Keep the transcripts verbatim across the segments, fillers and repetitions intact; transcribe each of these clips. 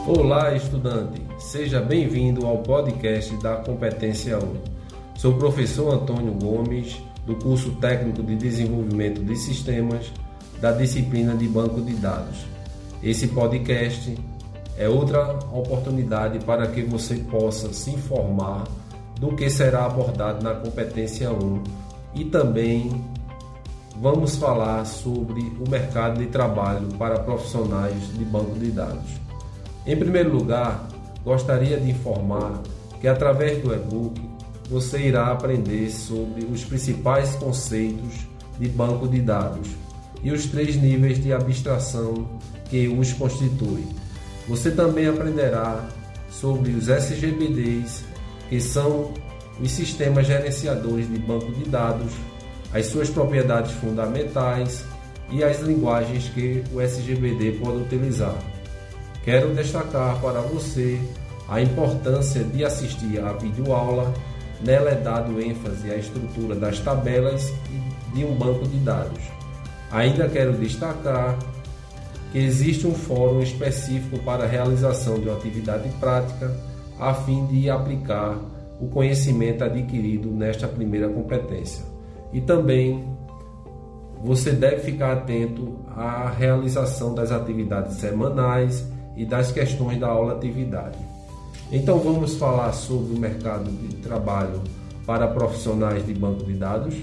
Olá, estudante! Seja bem-vindo ao podcast da Competência um. Sou o professor Antônio Gomes, do curso técnico de desenvolvimento de sistemas, da disciplina de banco de dados. Esse podcast é outra oportunidade para que você possa se informar do que será abordado na Competência um e também vamos falar sobre o mercado de trabalho para profissionais de banco de dados. Em primeiro lugar, gostaria de informar que através do e-book você irá aprender sobre os principais conceitos de banco de dados e os três níveis de abstração que os constituem. Você também aprenderá sobre os S G B Ds, que são os sistemas gerenciadores de banco de dados, as suas propriedades fundamentais e as linguagens que o S G B D pode utilizar. Quero destacar para você a importância de assistir à videoaula. Nela é dado ênfase à estrutura das tabelas de um banco de dados. Ainda quero destacar que existe um fórum específico para a realização de uma atividade prática a fim de aplicar o conhecimento adquirido nesta primeira competência. E também você deve ficar atento à realização das atividades semanais e das questões da aula atividade. Então vamos falar sobre o mercado de trabalho para profissionais de banco de dados.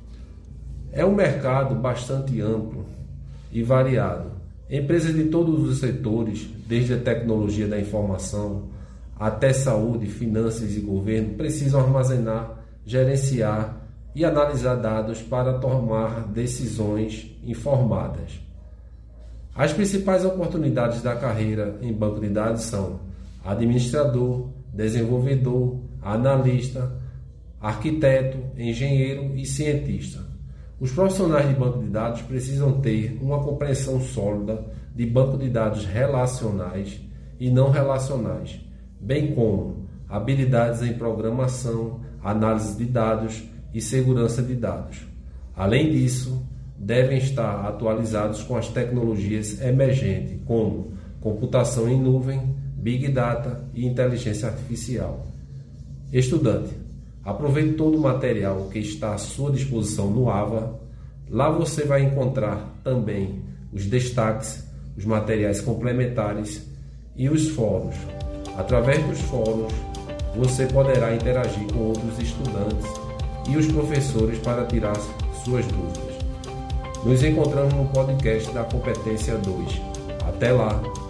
É um mercado bastante amplo e variado. Empresas de todos os setores, desde a tecnologia da informação até saúde, finanças e governo, precisam armazenar, gerenciar e analisar dados para tomar decisões informadas. As principais oportunidades da carreira em banco de dados são administrador, desenvolvedor, analista, arquiteto, engenheiro e cientista. Os profissionais de banco de dados precisam ter uma compreensão sólida de banco de dados relacionais e não relacionais, bem como habilidades em programação, análise de dados e segurança de dados. Além disso, devem estar atualizados com as tecnologias emergentes, como computação em nuvem, Big Data e inteligência artificial. Estudante, aproveite todo o material que está à sua disposição no Ava. Lá você vai encontrar também os destaques, os materiais complementares e os fóruns. Através dos fóruns, você poderá interagir com outros estudantes e os professores para tirar suas dúvidas. Nos encontramos no podcast da Competência dois. Até lá!